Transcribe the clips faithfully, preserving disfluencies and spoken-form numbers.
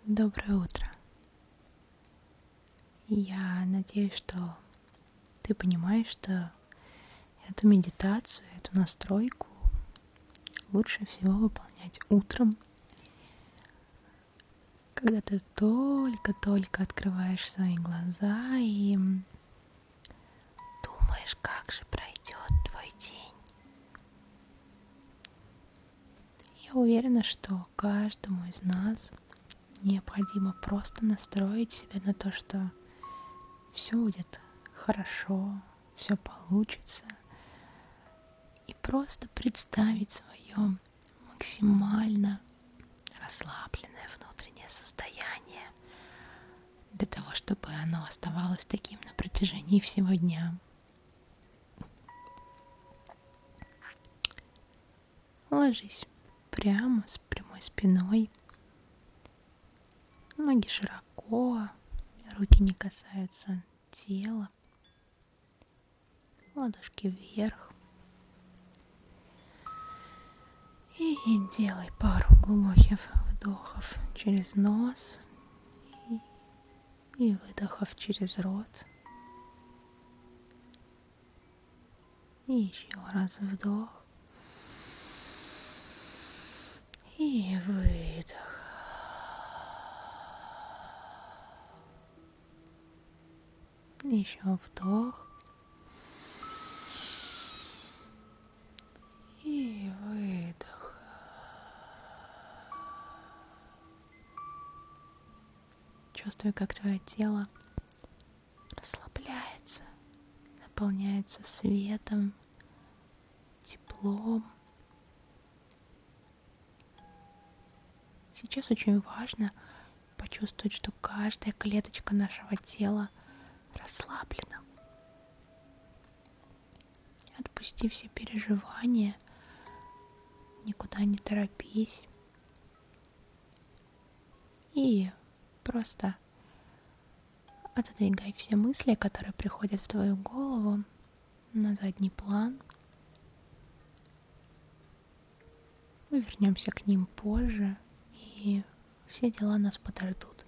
Доброе утро. Я надеюсь, что ты понимаешь, что эту медитацию, эту настройку лучше всего выполнять утром, когда ты только-только открываешь свои глаза и думаешь, как же пройдет твой день. Я уверена, что каждому из нас необходимо просто настроить себя на то, что все будет хорошо, все получится, и просто представить свое максимально расслабленное внутреннее состояние для того, чтобы оно оставалось таким на протяжении всего дня. Ложись прямо с прямой спиной, ноги широко, руки не касаются тела, ладошки вверх. И делай пару глубоких вдохов через нос и, и выдохов через рот. И еще раз вдох и выдох. Еще вдох и выдох. Чувствуй, как твое тело расслабляется, наполняется светом, теплом. Сейчас очень важно почувствовать, что каждая клеточка нашего тела расслаблена. Отпусти все переживания, никуда не торопись. И просто отодвигай все мысли, которые приходят в твою голову, на задний план. Мы вернемся к ним позже, и все дела нас подождут.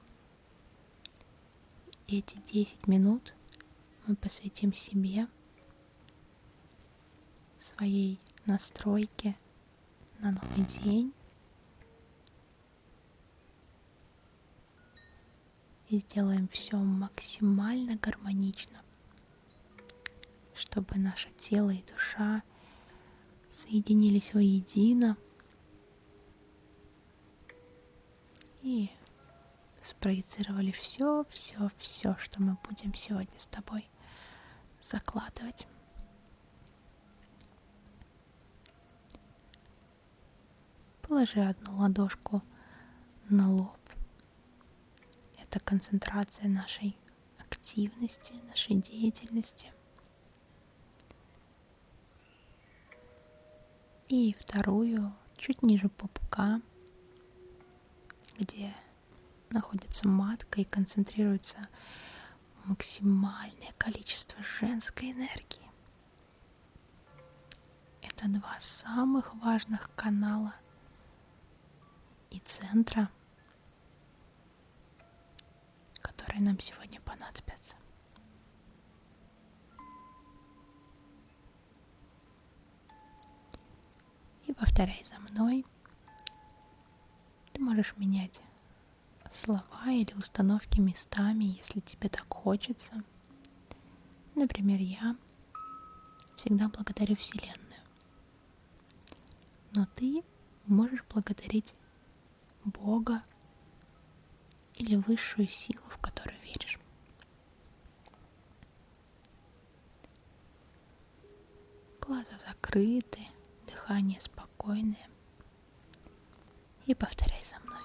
Эти десять минут мы посвятим себе, своей настройке на новый день, и сделаем все максимально гармонично, чтобы наше тело и душа соединились воедино и спроецировали все, все, все, что мы будем сегодня с тобой закладывать. Положи одну ладошку на лоб. Это концентрация нашей активности, нашей деятельности. И вторую чуть ниже пупка, где находится матка и концентрируется максимальное количество женской энергии. Это два самых важных канала и центра, которые нам сегодня понадобятся. И повторяй за мной. Ты можешь менять слова или установки местами, если тебе так хочется. Например, я всегда благодарю Вселенную. Но ты можешь благодарить Бога или высшую силу, в которую веришь. Глаза закрыты, дыхание спокойное. И повторяй за мной.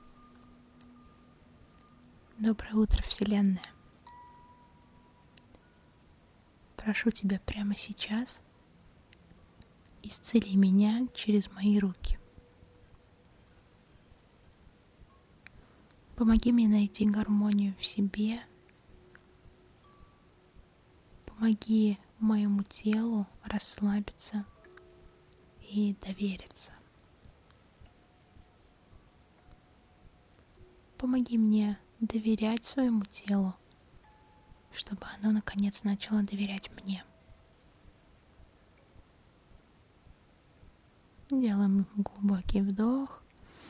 Доброе утро, Вселенная. Прошу тебя прямо сейчас, исцели меня через мои руки. Помоги мне найти гармонию в себе. Помоги моему телу расслабиться и довериться. помоги мне доверять своему телу, чтобы оно наконец начало доверять мне. Делаем глубокий вдох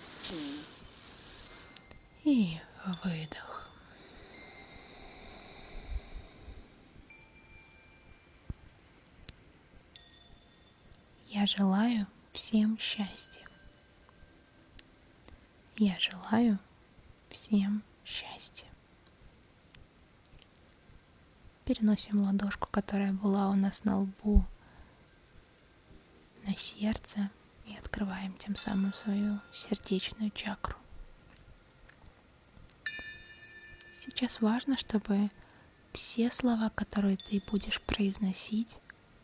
и выдох. Я желаю всем счастья. Я желаю всем счастья. Переносим ладошку, которая была у нас на лбу, на сердце и открываем тем самым свою сердечную чакру. Сейчас важно, чтобы все слова, которые ты будешь произносить,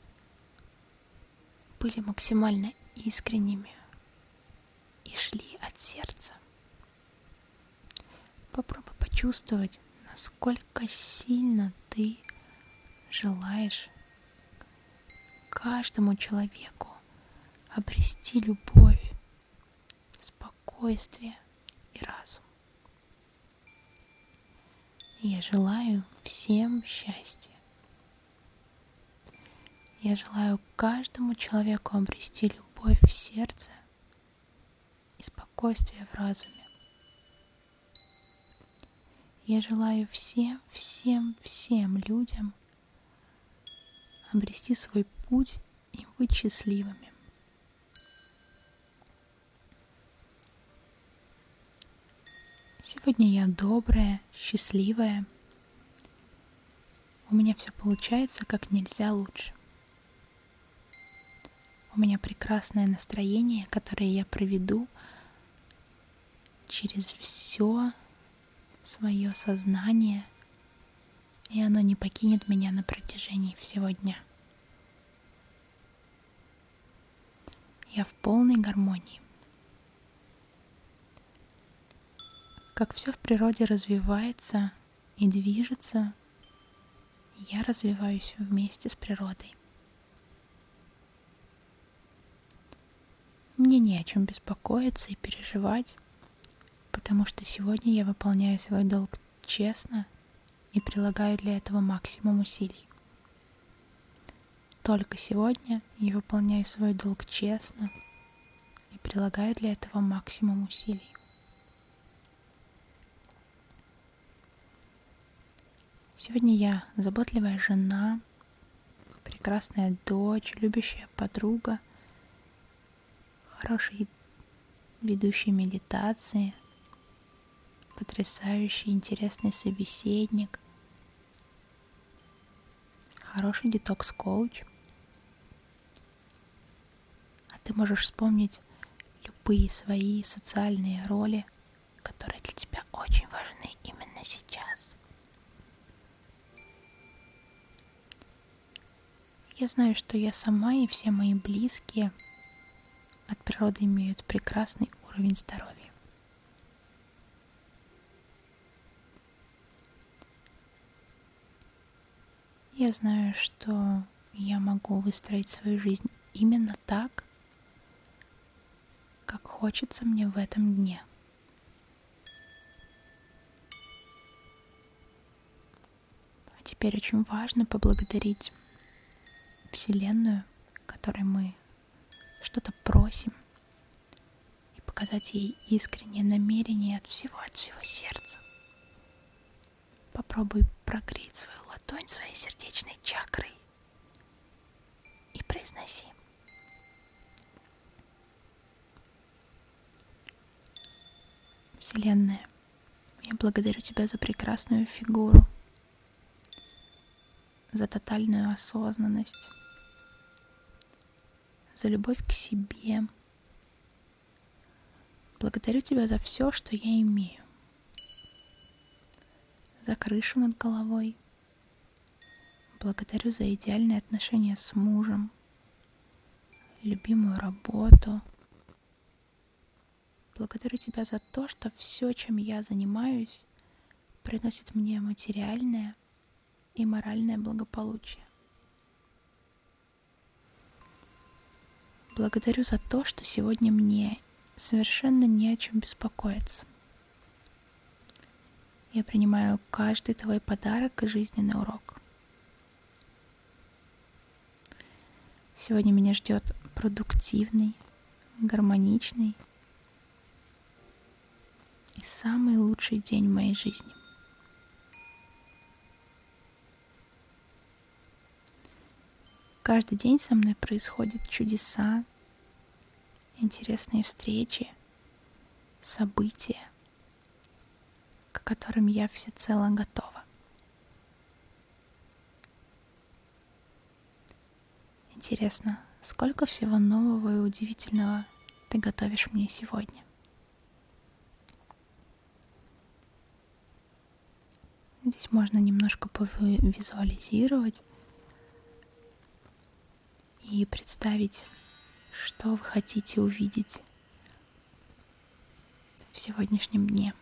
были максимально искренними и шли от сердца. Попробуй почувствовать, насколько сильно ты желаешь каждому человеку обрести любовь, спокойствие и разум. Я желаю всем счастья. Я желаю каждому человеку обрести любовь в сердце и спокойствие в разуме. Я желаю всем, всем, всем людям обрести свой путь и быть счастливыми. Сегодня я добрая, счастливая. У меня все получается как нельзя лучше. У меня прекрасное настроение, которое я проведу через все свое сознание, и оно не покинет меня на протяжении всего дня. Я в полной гармонии. Как все в природе развивается и движется, я развиваюсь вместе с природой. Мне не о чем беспокоиться и переживать, потому что сегодня я выполняю свой долг честно и прилагаю для этого максимум усилий. Только сегодня я выполняю свой долг честно и прилагаю для этого максимум усилий. Сегодня я заботливая жена, прекрасная дочь, любящая подруга, хороший ведущий медитации, потрясающий, интересный собеседник, хороший детокс-коуч. А ты можешь вспомнить любые свои социальные роли, которые для тебя очень важны именно сейчас. Я знаю, что я сама и все мои близкие от природы имеют прекрасный уровень здоровья. Я знаю, что я могу выстроить свою жизнь именно так, как хочется мне в этом дне. А теперь очень важно поблагодарить Вселенную, которой мы что-то просим, и показать ей искреннее намерение от всего, от всего сердца. Попробуй прогреть свою ладонь своей сердечной чакрой и произноси: Вселенная, я благодарю тебя за прекрасную фигуру, за тотальную осознанность, за любовь к себе. Благодарю тебя за все, что я имею. За крышу над головой. Благодарю за идеальные отношения с мужем, любимую работу. Благодарю тебя за то, что все, чем я занимаюсь, приносит мне материальное и моральное благополучие. Благодарю за то, что сегодня мне совершенно не о чем беспокоиться. Я принимаю каждый твой подарок и жизненный урок. Сегодня меня ждет продуктивный, гармоничный и самый лучший день в моей жизни. Каждый день со мной происходят чудеса, интересные встречи, события, к которым я всецело готова. Интересно, сколько всего нового и удивительного ты готовишь мне сегодня? Здесь можно немножко повизуализировать и представить, что вы хотите увидеть в сегодняшнем дне.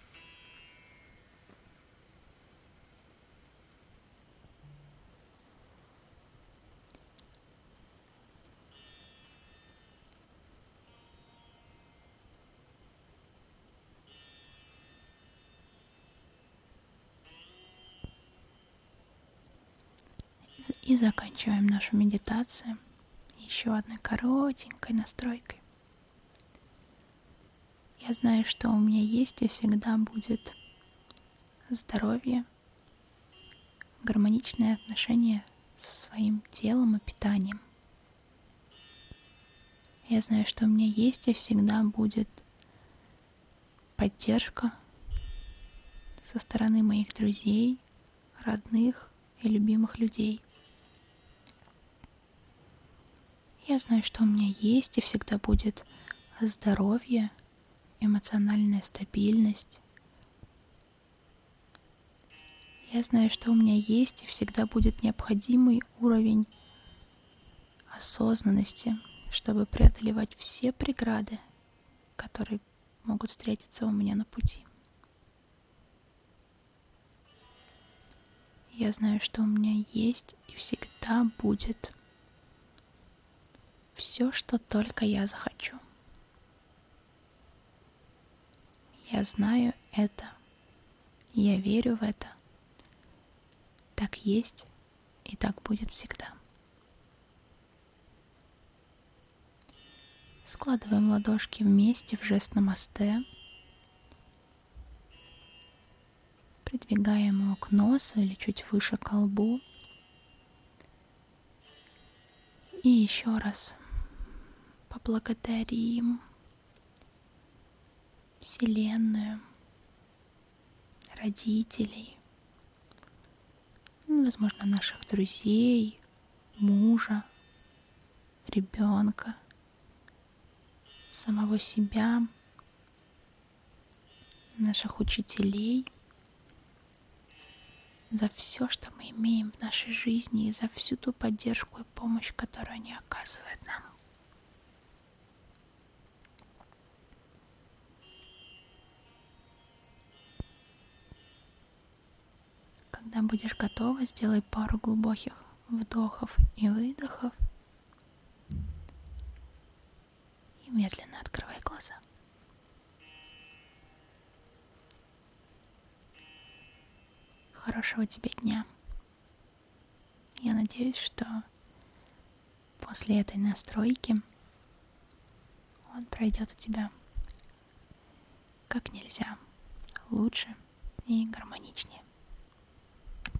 И заканчиваем нашу медитацию еще одной коротенькой настройкой. Я знаю, что у меня есть и всегда будет здоровье, гармоничные отношения со своим телом и питанием. Я знаю, что у меня есть и всегда будет поддержка со стороны моих друзей, родных и любимых людей. Я знаю, что у меня есть и всегда будет здоровье, эмоциональная стабильность. Я знаю, что у меня есть и всегда будет необходимый уровень осознанности, чтобы преодолевать все преграды, которые могут встретиться у меня на пути. Я знаю, что у меня есть и всегда будет все, что только я захочу. Я знаю это, я верю в это. Так есть и так будет всегда. Складываем ладошки вместе в жест намасте. Придвигаем его к носу или чуть выше к лбу. И еще раз поблагодарим Вселенную, родителей, возможно, наших друзей, мужа, ребенка, самого себя, наших учителей, за все, что мы имеем в нашей жизни и за всю ту поддержку и помощь, которую они оказывают нам. Когда будешь готова, сделай пару глубоких вдохов и выдохов и медленно открывай глаза. Хорошего тебе дня. Я надеюсь, что после этой настройки он пройдет у тебя как нельзя лучше и гармоничнее.